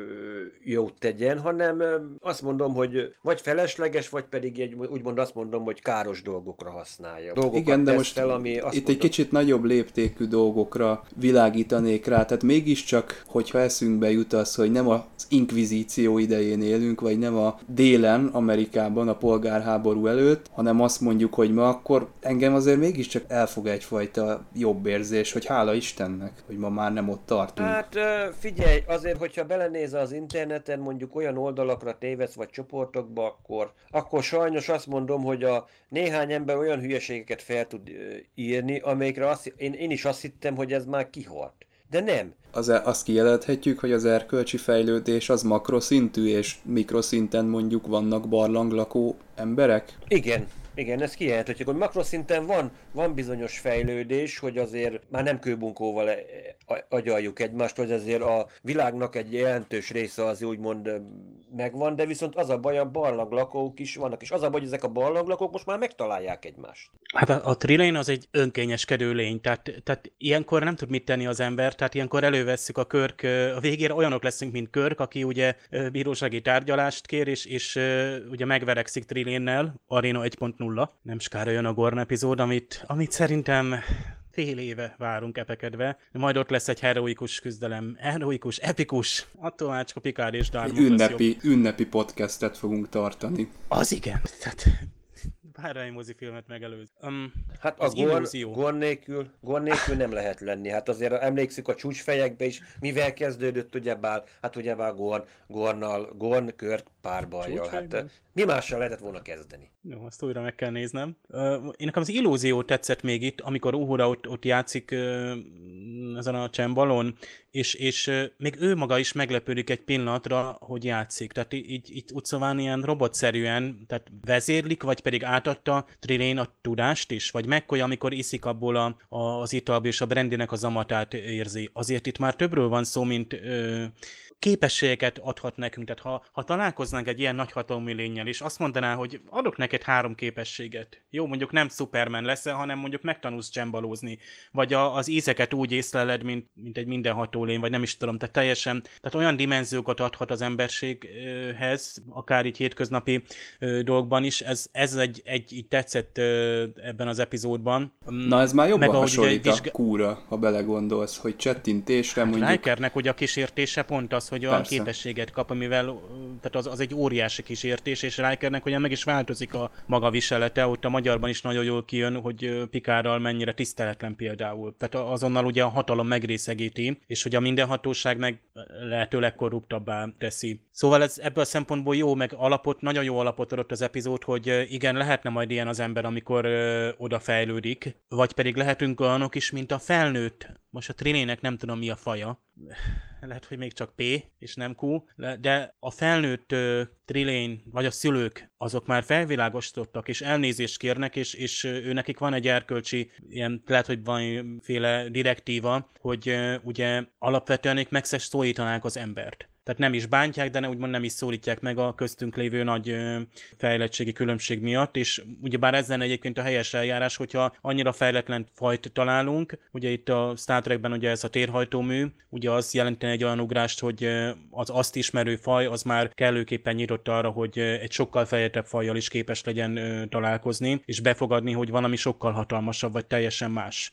jót tegyen, hanem azt mondom, hogy vagy felesleges, vagy pedig úgymond azt mondom, hogy káros dolgokra használja. Igen, de most itt egy kicsit nagyobb léptékű dolgokra világítanék rá, tehát mégiscsak, hogyha eszünkbe jut az, hogy nem az inkvizíció idején élünk, vagy nem a délen, Amerikában, a polgárháború előtt, hanem azt mondjuk, hogy ma akkor engem azért mégiscsak elfog egyfajta jobb érzés, hogy hála Istennek, hogy ma már nem ott tartunk. Hát figyelj, azért, hogyha belenézel az interneten, mondjuk olyan oldalakra tévedsz, vagy csoportokba, akkor sajnos azt mondom, hogy a néhány ember olyan hülyeségeket fel tud írni, amelyikre én is azt hittem, hogy ez már kihalt. De nem. Azt kijelenthetjük, hogy az erkölcsi fejlődés az makroszintű, és mikroszinten mondjuk vannak barlanglakó emberek? Igen, ez kijelenthetjük, hogy makroszinten van bizonyos fejlődés, hogy azért már nem kőbunkóval agyaljuk egymást, hogy azért a világnak egy jelentős része az úgymond megvan, de viszont az a baj, a barlanglakók is vannak, és az a baj, hogy ezek a barlanglakók most már megtalálják egymást. Hát a Trelane az egy önkényeskedő lény, tehát ilyenkor nem tud mit tenni az ember, tehát ilyenkor elővesszük a Kirk, a végére olyanok leszünk, mint Kirk, aki ugye bírósági tárgyalást kér, és ugye megverekszik Trelane-nel, Arena 1.0, nem sokára jön a Gorn epizód, amit szerintem fél éve várunk epekedve, majd ott lesz egy heroikus küzdelem, heroikus, epikus, attól már csak a Picard és Darmok lesz jobb. Ünnepi podcastet fogunk tartani. Az igen, tehát bármely mozifilmet megelőz. Hát a Gorn nélkül nem lehet lenni. Hát azért emlékszük a csúcsfejekbe is, mivel kezdődött ugyebár, Gorn, Kirk párbajjal. Hát mi mással lehetett volna kezdeni? Jó, azt újra meg kell néznem. Én nekem az illúzió tetszett még itt, amikor Uhura ott játszik ezen a csembalon, és még ő maga is meglepődik egy pillanatra, hogy játszik. Tehát így úgy szóval ilyen robotszerűen, tehát vezérlik, vagy pedig átadta Trilén a tudást is, vagy McCoy, amikor iszik abból az italból, és a brandynek az amatát érzi. Azért itt már többről van szó, mint képességeket adhat nekünk. Tehát ha találkoznánk egy ilyen nagyhatalmú lénnyel, és azt mondaná, hogy adok neked 3 képességet. Jó, mondjuk nem Superman leszel, hanem mondjuk megtanulsz dzsembalózni. Vagy az ízeket úgy észleled, mint egy mindenható lény, vagy nem is tudom. Tehát olyan dimenziókat adhat az emberséghez, akár így hétköznapi dolgokban is. Ez így tetszett ebben az epizódban. Na ez már jobban hasonlít a Q-ra, ha belegondolsz, hogy csettintésre mondjuk... Rikernek ugye a kísértése pont az, hogy a képességet kap, amivel tehát az egy óriási kísértés, és Rikernek ugye meg is változik a maga viselete, ott a magyarban is nagyon jól kijön, hogy Picardral mennyire tiszteletlen például. Tehát azonnal ugye a hatalom megrészegíti, és hogy a mindenhatóság meg lehetőleg korruptabbá teszi. Szóval ez ebből a szempontból jó, meg nagyon jó alapot adott az epizód, hogy igen, lehetne majd ilyen az ember, amikor odafejlődik, vagy pedig lehetünk olyanok is, mint a felnőtt. Most a Trilének nem tudom mi a faja. Lehet, hogy még csak P, és nem Q, de a felnőtt Trilén, vagy a szülők, azok már felvilágosítottak, és elnézést kérnek, és nekik van egy erkölcsi, ilyen, lehet, hogy valamiféle direktíva, hogy ugye alapvetően ők megszólítanák az embert. Tehát nem is bántják, de úgymond nem is szólítják meg a köztünk lévő nagy fejlettségi különbség miatt, és ugyebár ezzel egyébként a helyes eljárás, hogyha annyira fejletlen fajt találunk, ugye itt a Star Trekben ugye ez a térhajtómű, ugye az jelentene egy olyan ugrást, hogy az azt ismerő faj, az már kellőképpen nyitott arra, hogy egy sokkal fejlettebb fajjal is képes legyen találkozni, és befogadni, hogy valami sokkal hatalmasabb, vagy teljesen más.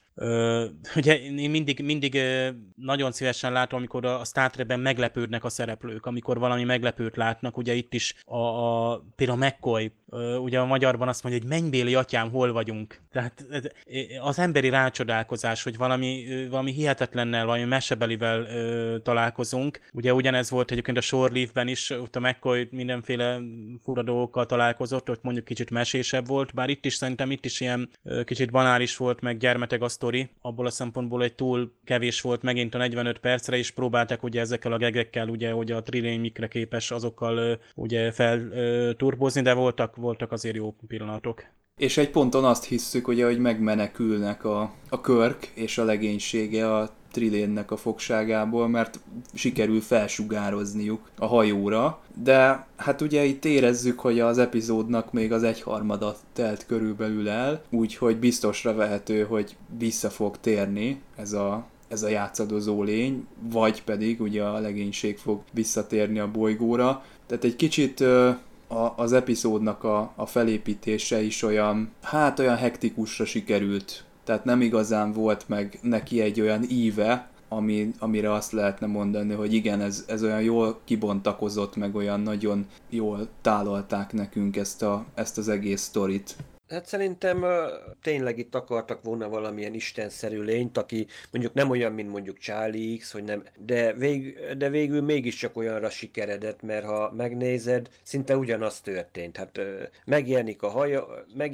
Ugye én mindig nagyon szívesen látom, amikor a Star Trekben meglepődnek a szereplők, amikor valami meglepőt látnak, ugye itt is például McCoy, ugye a magyarban azt mondja, hogy mennybéli atyám, hol vagyunk. Tehát az emberi rácsodálkozás, hogy valami hihetetlennel, valami mesebelivel találkozunk. Ugye ugyanez volt egyébként a Shore Leave-ben is, ott a McCoy mindenféle fura dolgokkal találkozott, ott mondjuk kicsit mesésebb volt, bár itt is szerintem ilyen kicsit banális volt, meg gyermeteg a sztori, abból a szempontból egy túl kevés volt megint a 45 percre, és próbálták ugye ezekkel a gegekkel, ugye, hogy a Trilén mikre képes, azokkal ugye felturbozni, de voltak azért jó pillanatok. És egy ponton azt hisszük, ugye, hogy megmenekülnek a Kirk és a legénysége a Trilénnek a fogságából, mert sikerül felsugározniuk a hajóra, de hát ugye itt érezzük, hogy az epizódnak még az 1/3 telt körülbelül el, úgyhogy biztosra vehető, hogy vissza fog térni ez a játszadozó lény, vagy pedig ugye a legénység fog visszatérni a bolygóra. Tehát egy kicsit az epizódnak a felépítése is olyan hektikusra sikerült. Tehát nem igazán volt meg neki egy olyan íve, amire azt lehetne mondani, hogy igen, ez olyan jól kibontakozott, meg olyan nagyon jól tálalták nekünk ezt az egész sztorit. Hát szerintem tényleg itt akartak volna valamilyen istenszerű lényt, aki mondjuk nem olyan, mint mondjuk Charlie X, hogy nem, de végül mégiscsak olyanra sikeredett, mert ha megnézed, szinte ugyanaz történt. Hát megjelenik a haja,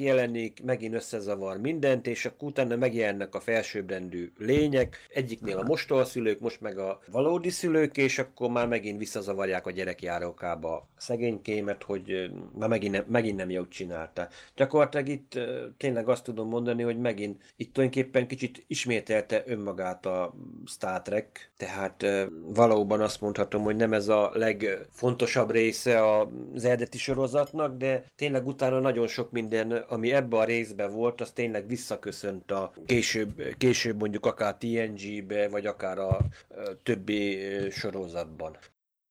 megint összezavar mindent, és akkor utána megjelennek a felsőbbrendű lények, egyiknél a mostohaszülők, most meg a valódi szülők, és akkor már megint visszazavarják a gyerekjárókába a szegénykémet, hogy már megint nem jót csinálta. Gyakorlatilag itt tényleg azt tudom mondani, hogy megint itt tulajdonképpen kicsit ismételte önmagát a Star Trek, tehát valóban azt mondhatom, hogy nem ez a legfontosabb része az eredeti sorozatnak, de tényleg utána nagyon sok minden, ami ebbe a részbe volt, az tényleg visszaköszönt a később mondjuk akár TNG-be, vagy akár a többi sorozatban.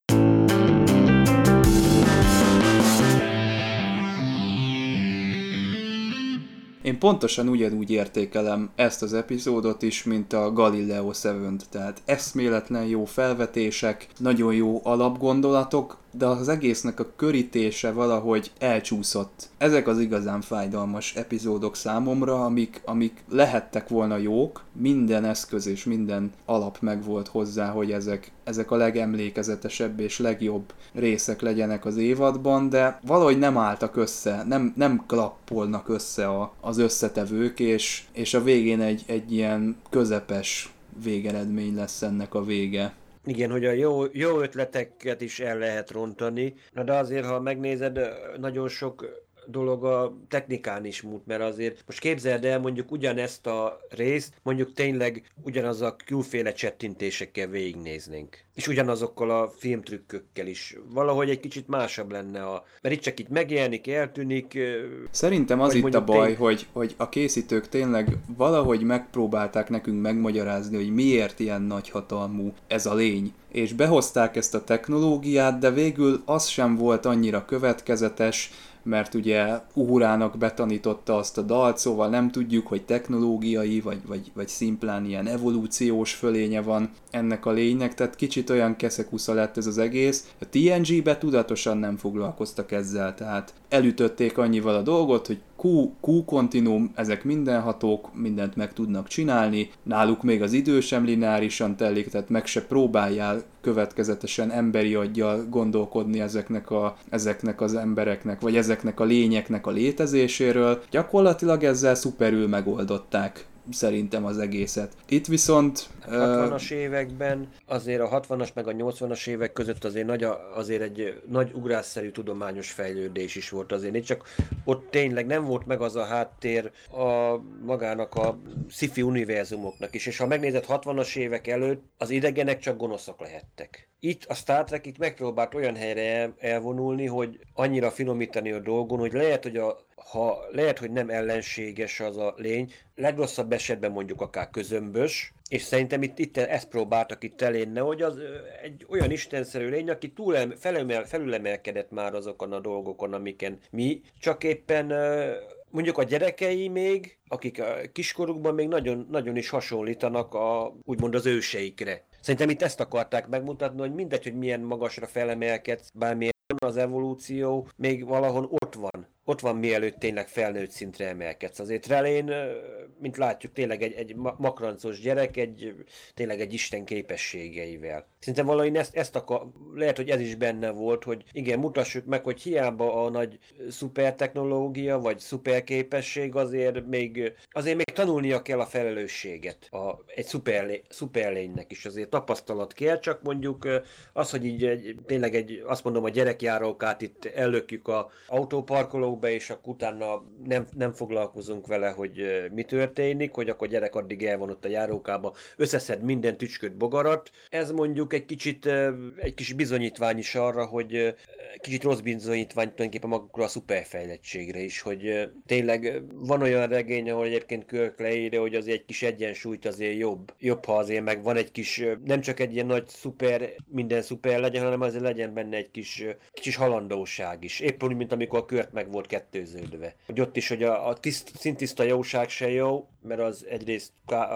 Én pontosan ugyanúgy értékelem ezt az epizódot is, mint a Galileo 7-t, tehát eszméletlen jó felvetések, nagyon jó alapgondolatok, de az egésznek a körítése valahogy elcsúszott. Ezek az igazán fájdalmas epizódok számomra, amik lehettek volna jók, minden eszköz és minden alap megvolt hozzá, hogy ezek a legemlékezetesebb és legjobb részek legyenek az évadban, de valahogy nem álltak össze, nem klappolnak össze az összetevők, és a végén egy ilyen közepes végeredmény lesz ennek a vége. Igen, hogy a jó ötleteket is el lehet rontani, na de azért, ha megnézed, nagyon sok dolog a technikán is múlt, mert azért most képzeld el mondjuk ugyanezt a részt, mondjuk tényleg ugyanaz a külféle csettintésekkel végignéznénk. És ugyanazokkal a filmtrükkökkel is. Valahogy egy kicsit másabb lenne, mert itt csak itt megjelenik, eltűnik. Szerintem az itt a baj, hogy a készítők tényleg valahogy megpróbálták nekünk megmagyarázni, hogy miért ilyen nagyhatalmú ez a lény. És behozták ezt a technológiát, de végül az sem volt annyira következetes, mert ugye Uhurának betanította azt a dalt, szóval nem tudjuk, hogy technológiai, vagy szimplán ilyen evolúciós fölénye van ennek a lénynek, tehát kicsit olyan keszekusza lett ez az egész. A TNG-be tudatosan nem foglalkoztak ezzel, tehát elütötték annyival a dolgot, hogy Q kontinúm, ezek mindenhatók, mindent meg tudnak csinálni, náluk még az idő sem lineárisan telik, tehát meg se próbáljál következetesen emberi aggyal gondolkodni ezeknek az embereknek, vagy ezeknek a lényeknek a létezéséről. Gyakorlatilag ezzel szuperül megoldották szerintem az egészet. Itt viszont... A 60-as években, azért a 60-as meg a 80-as évek között azért egy nagy ugrásszerű tudományos fejlődés is volt azért. Itt csak ott tényleg nem volt meg az a háttér magának a sci-fi univerzumoknak is. És ha megnézed 60-as évek előtt, az idegenek csak gonoszak lehettek. Itt a Star Trek itt megpróbált olyan helyre elvonulni, hogy annyira finomítani a dolgon, hogy lehet, hogy nem ellenséges az a lény, legrosszabb esetben mondjuk akár közömbös, és szerintem itt ezt próbáltak itt elérni, hogy az egy olyan istenszerű lény, aki felülemelkedett már azokon a dolgokon, amiken mi, csak éppen mondjuk a gyerekei még, akik a kiskorukban még nagyon, nagyon is hasonlítanak úgymond az őseikre. Szerintem itt ezt akarták megmutatni, hogy mindegy, hogy milyen magasra felemelkedsz, bármilyen az evolúció, még valahol ott van mielőtt tényleg felnőtt szintre emelkedsz. Azért Trelane, mint látjuk, tényleg egy makrancos gyerek, tényleg egy isten képességeivel. Szerintem valahogy lehet, hogy ez is benne volt, hogy igen, mutassuk meg, hogy hiába a nagy szupertechnológia, vagy szuperképesség, azért még tanulnia kell a felelősséget egy szuperlénynek is. Azért tapasztalat kell, csak mondjuk az, hogy így tényleg azt mondom, a gyerekjárókát itt ellökjük a autóparkolóba, és akkor utána nem foglalkozunk vele, hogy mi történik, hogy akkor gyerek addig el van ott a járókába, összeszed minden tücsköt, bogarat. Ez mondjuk egy kis bizonyítvány is arra, hogy kicsit rossz bizonyítvány tulajdonképpen magukra a szuperfejlettségre is, hogy tényleg van olyan regény, ahol egyébként Kirk leírja, hogy azért egy kis egyensúlyt azért jobb, ha azért meg van egy kis, nem csak egy ilyen nagy minden szuper legyen, hanem azért legyen benne egy kis halandóság is. Épp úgy, mint amikor a Kirk meg volt kettőződve. Hogy ott is, hogy a szintiszta jóság se jó, mert az egyrészt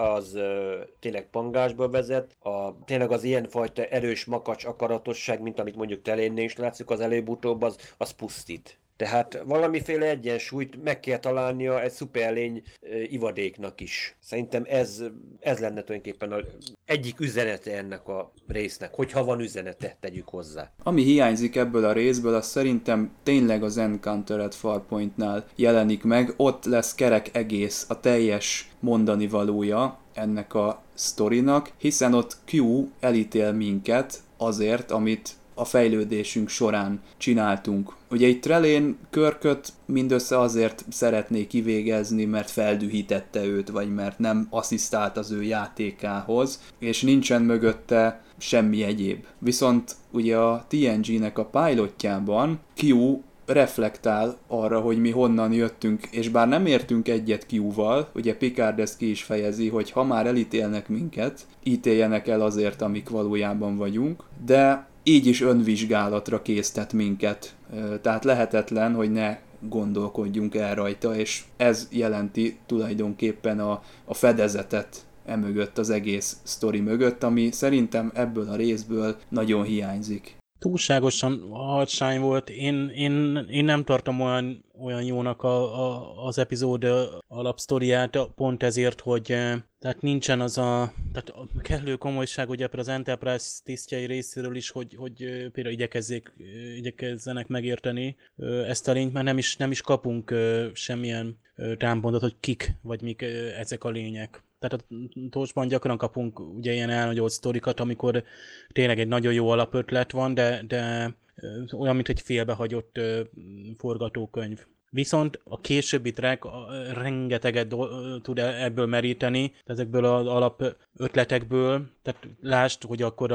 tényleg pangásba vezet, tényleg az ilyenfajta erős makacs akaratosság, mint amit mondjuk Telénnél is látszik, az előbb-utóbb az pusztít. Tehát valamiféle egyensúlyt meg kell találnia egy szuperlény ivadéknak is. Szerintem ez lenne tulajdonképpen egyik üzenete ennek a résznek, hogyha van üzenete, tegyük hozzá. Ami hiányzik ebből a részből, az szerintem tényleg az Encounter at Farpointnál jelenik meg. Ott lesz kerek egész a teljes mondani valója ennek a sztorinak, hiszen ott Q elítél minket azért, amit a fejlődésünk során csináltunk. Ugye itt Trelane Kirköt mindössze azért szeretné kivégezni, mert feldühítette őt, vagy mert nem asszisztált az ő játékához, és nincsen mögötte semmi egyéb. Viszont ugye a TNG-nek a pilotjában Q reflektál arra, hogy mi honnan jöttünk, és bár nem értünk egyet Q-val, ugye Picard ezt ki is fejezi, hogy ha már elítélnek minket, ítéljenek el azért, amik valójában vagyunk, de így is önvizsgálatra késztet minket. Tehát lehetetlen, hogy ne gondolkodjunk el rajta, és ez jelenti tulajdonképpen a fedezetet emögött, az egész sztori mögött, ami szerintem ebből a részből nagyon hiányzik. Túlságosan harsány volt. Én nem tartom olyan jónak az epizód alapsztoriát, pont ezért, hogy tehát nincsen tehát a kellő komolyság ugye az Enterprise tisztjei részéről is, hogy például igyekezzenek megérteni ezt a lényt, mert nem is kapunk semmilyen támpontot, hogy kik vagy mik ezek a lények. Tehát a Tócsban gyakran kapunk ugye ilyen elnagyolt sztorikat, amikor tényleg egy nagyon jó alapötlet van, de olyan, mint egy félbehagyott forgatókönyv. Viszont a későbbi track rengeteget tud ebből meríteni, ezekből az alap ötletekből. Tehát lásd, hogy akkor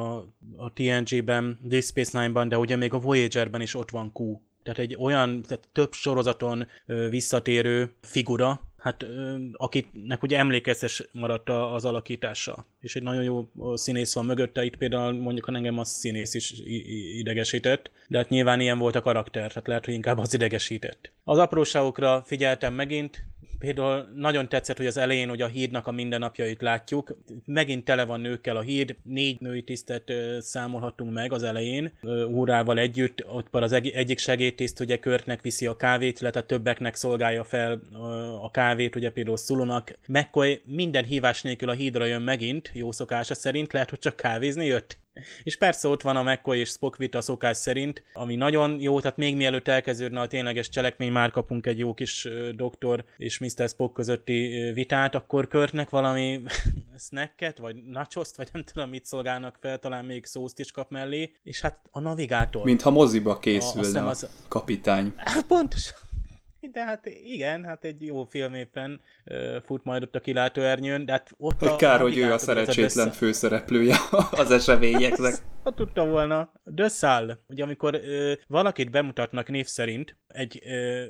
a TNG-ben, Deep Space Nine-ban, de ugye még a Voyager-ben is ott van Q. Tehát egy olyan, tehát több sorozaton visszatérő figura, hát akinek ugye emlékeztes maradt az alakítása. És egy nagyon jó színész van mögötte, itt például mondjuk engem a színész is idegesített, de hát nyilván ilyen volt a karakter, tehát lehet, hogy inkább az idegesített. Az apróságokra figyeltem megint, például nagyon tetszett, hogy az elején hogy a hídnak a mindennapjait látjuk. Megint tele van nőkkel a híd, 4 női tisztet számolhatunk meg az elején, úrával együtt. Ott az egyik segédtiszt ugye Kirknek viszi a kávét, illetve többeknek szolgálja fel a kávét, ugye például Sulunak. McCoy minden hívás nélkül a hídra jön megint, jó szokása szerint, lehet, hogy csak kávézni jött. És persze ott van a McCoy és Spock vita szokás szerint, ami nagyon jó, tehát még mielőtt elkezdődne a tényleges cselekmény, már kapunk egy jó kis doktor és Mr. Spock közötti vitát, akkor Kirknek valami snacket, vagy nachoszt, vagy nem tudom mit szolgálnak fel, talán még szószt is kap mellé, és hát a navigátor. Mintha moziba készülne a kapitány. Pontosan. De hát igen, hát egy jó film éppen fut majd ott a kilátóernyőn, de hát ott kár, hogy ő a szerencsétlen főszereplője az eseményeknek. Ha tudta volna. De Salle, ugye amikor valakit bemutatnak név szerint egy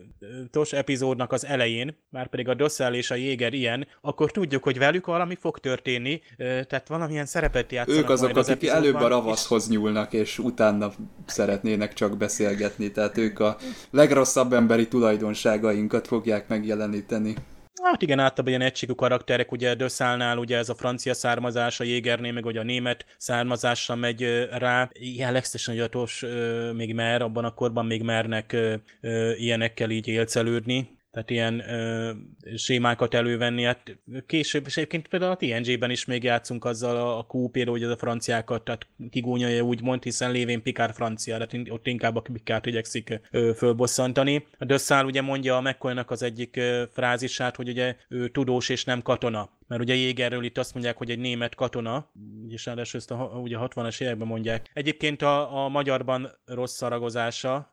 TOS epizódnak az elején, már pedig a Dossal és a Jéger ilyen, akkor tudjuk, hogy velük valami fog történni, tehát valamilyen szerepet játszanak. Ők azok, akik előbb a ravaszhoz nyúlnak, és utána szeretnének csak beszélgetni, tehát ők a legrosszabb emberi tulajdonságainkat fogják megjeleníteni. Hát igen, általában ilyen egységű karakterek, ugye Dösszálnál ugye ez a francia származás, a Jégernél meg ugye a német származásra megy rá. Jellegzetesen, hogy a TOS még mer, abban a korban még mernek ilyenekkel így élcelődni. Tehát ilyen sémákat elővenni, hát később, és egyébként például a TNG-ben is még játszunk azzal a Q, például, hogy ez a franciákat, tehát kigúnyolja úgymond, hiszen lévén Picard francia, tehát ott inkább a Picard igyekszik fölbosszantani. A Dösszál ugye mondja a McCoynak az egyik frázisát, hogy ugye ő tudós és nem katona. Mert ugye Jégerről itt azt mondják, hogy egy német katona, és ráadásul ezt ugye 60-as években mondják. Egyébként a magyarban rossz szaragozása,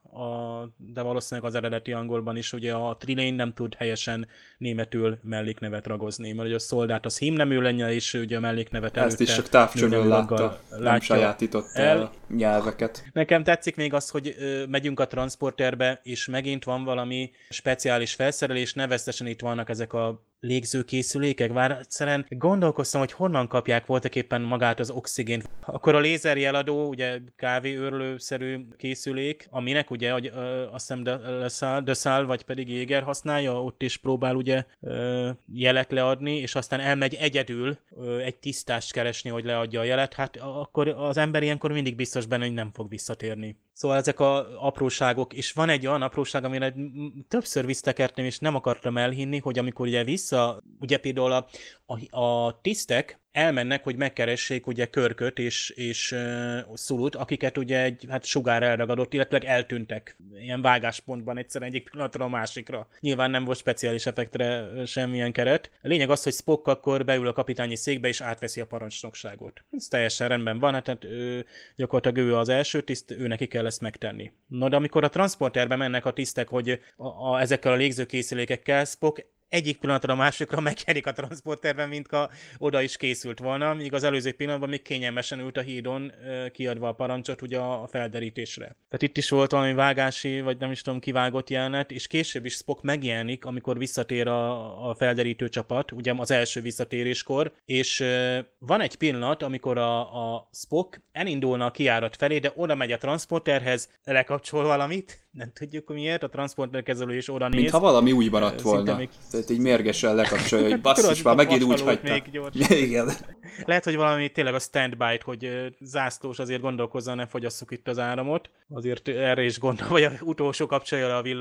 de valószínűleg az eredeti angolban is, ugye a Trilane nem tud helyesen németül melléknevet ragozni, mert ugye a szoldát az hímnemű lenne, és ugye a melléknevet előtte... Ezt is csak távcsőről látta, nem sajátított el nyelveket. Nekem tetszik még az, hogy megyünk a transporterbe, és megint van valami speciális felszerelés, nevezetesen itt vannak ezek a légzőkészülékek, bár egyszerűen gondolkoztam, hogy honnan kapják voltak éppen magát az oxigént. Akkor a lézerjeladó, ugye kávéőrlőszerű készülék, aminek ugye, hogy azt hiszem Dösszál, vagy pedig Jéger használja, ott is próbál ugye jelet leadni, és aztán elmegy egyedül egy tisztást keresni, hogy leadja a jelet, hát akkor az ember ilyenkor mindig biztos benne, hogy nem fog visszatérni. Szóval ezek az apróságok, és van egy olyan apróság, amire többször visszatekertem, és nem akartam elhinni, hogy amikor ugye ugye például a tisztek elmennek, hogy megkeressék ugye Kirköt és Sulut, akiket ugye egy sugár elragadott, illetve eltűntek ilyen vágáspontban egyszerűen egyik pillanatra a másikra. Nyilván nem volt speciális effektre semmilyen keret. A lényeg az, hogy Spock akkor beül a kapitányi székbe és átveszi a parancsnokságot. Ez teljesen rendben van, hát gyakorlatilag ő az első tiszt, ő neki kell ezt megtenni. No, de amikor a transporterbe mennek a tisztek, hogy ezekkel a légzőkészülékekkel, Spock egyik pillanatra a másikra megjelenik a transporterben, mintha oda is készült volna, míg az előző pillanatban még kényelmesen ült a hídon, kiadva a parancsot ugye a felderítésre. Tehát itt is volt valami vágási, vagy nem is tudom, kivágott jelenet, és később is Spock megjelenik, amikor visszatér a felderítő csapat, ugye az első visszatéréskor, és van egy pillanat, amikor a Spock elindulna a kijárat felé, de oda megy a transporterhez, lekapcsol valamit, nem tudjuk miért, a transporterkezelő is oda néz. Mintha valami új maradt volna. Tehát így mérgesen lekapcsolja, hogy basszus, már megint úgy hagyta. Igen. Lehet, hogy valami tényleg a standby-t, hogy zászlós azért gondolkozzon, ne fogyasszuk itt az áramot. Azért erre is gondol, vagy az utolsó kapcsolja le a villanyt.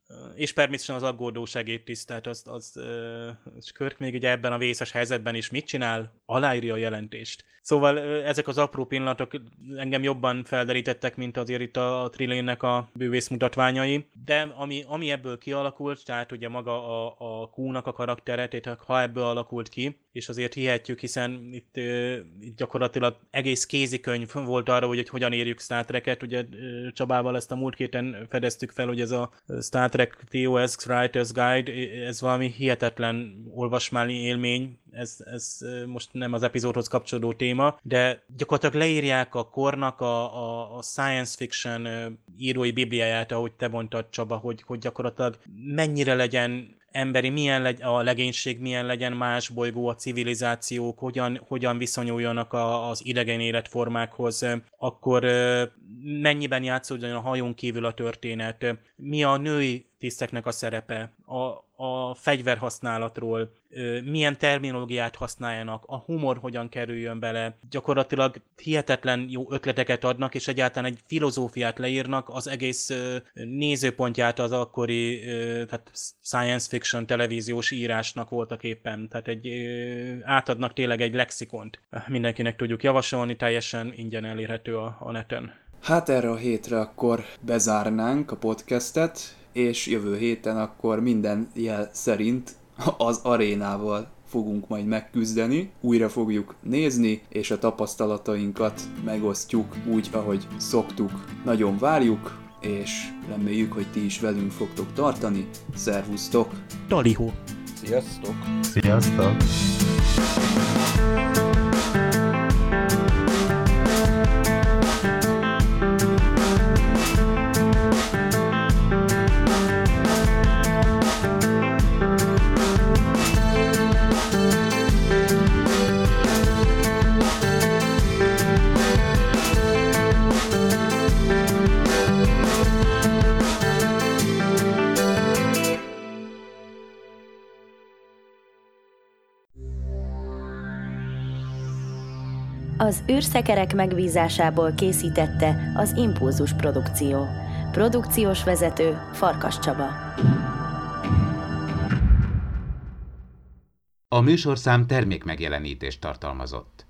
És természetesen az aggódó segédtiszt, tehát az Kirk még ugye ebben a vészes helyzetben is mit csinál? Aláírja a jelentést. Szóval ezek az apró pillanatok engem jobban felderítettek, mint azért itt a Trillénnek a bűvész mutatványai, de ami ebből kialakult, tehát ugye maga a Q-nak a karaktere, tehát ha ebből alakult ki, és azért hihetjük, hiszen itt gyakorlatilag egész kézikönyv volt arra, hogy hogyan érjük Star Trek-et, ugye Csabával ezt a múlt héten fedeztük fel, hogy ez a Star Trek TOS Writer's Guide, ez valami hihetetlen olvasmányi élmény, ez most nem az epizódhoz kapcsolódó téma, de gyakorlatilag leírják a kornak a science fiction írói bibliáját, ahogy te mondtad, Csaba, hogy gyakorlatilag mennyire legyen emberi, milyen a legénység, milyen legyen más bolygó, a civilizációk, hogyan viszonyuljanak az idegen életformákhoz, akkor mennyiben játszódjon a hajón kívül a történet, mi a női tiszteknek a szerepe, a fegyverhasználatról, milyen terminológiát használjanak, a humor hogyan kerüljön bele. Gyakorlatilag hihetetlen jó ötleteket adnak, és egyáltalán egy filozófiát leírnak, az egész nézőpontját az akkori tehát science fiction televíziós írásnak voltak éppen. Tehát átadnak tényleg egy lexikont. Mindenkinek tudjuk javasolni, teljesen ingyen elérhető a neten. Hát erre a hétre akkor bezárnánk a podcastet, és jövő héten akkor minden jel szerint az arénával fogunk majd megküzdeni, újra fogjuk nézni, és a tapasztalatainkat megosztjuk úgy, ahogy szoktuk. Nagyon várjuk, és reméljük, hogy ti is velünk fogtok tartani. Szervusztok! Talihó! Sziasztok! Sziasztok! Az űrszekerek megbízásából készítette az Impulzus Produkció. Produkciós vezető Farkas Csaba. A műsorszám termékmegjelenítést tartalmazott.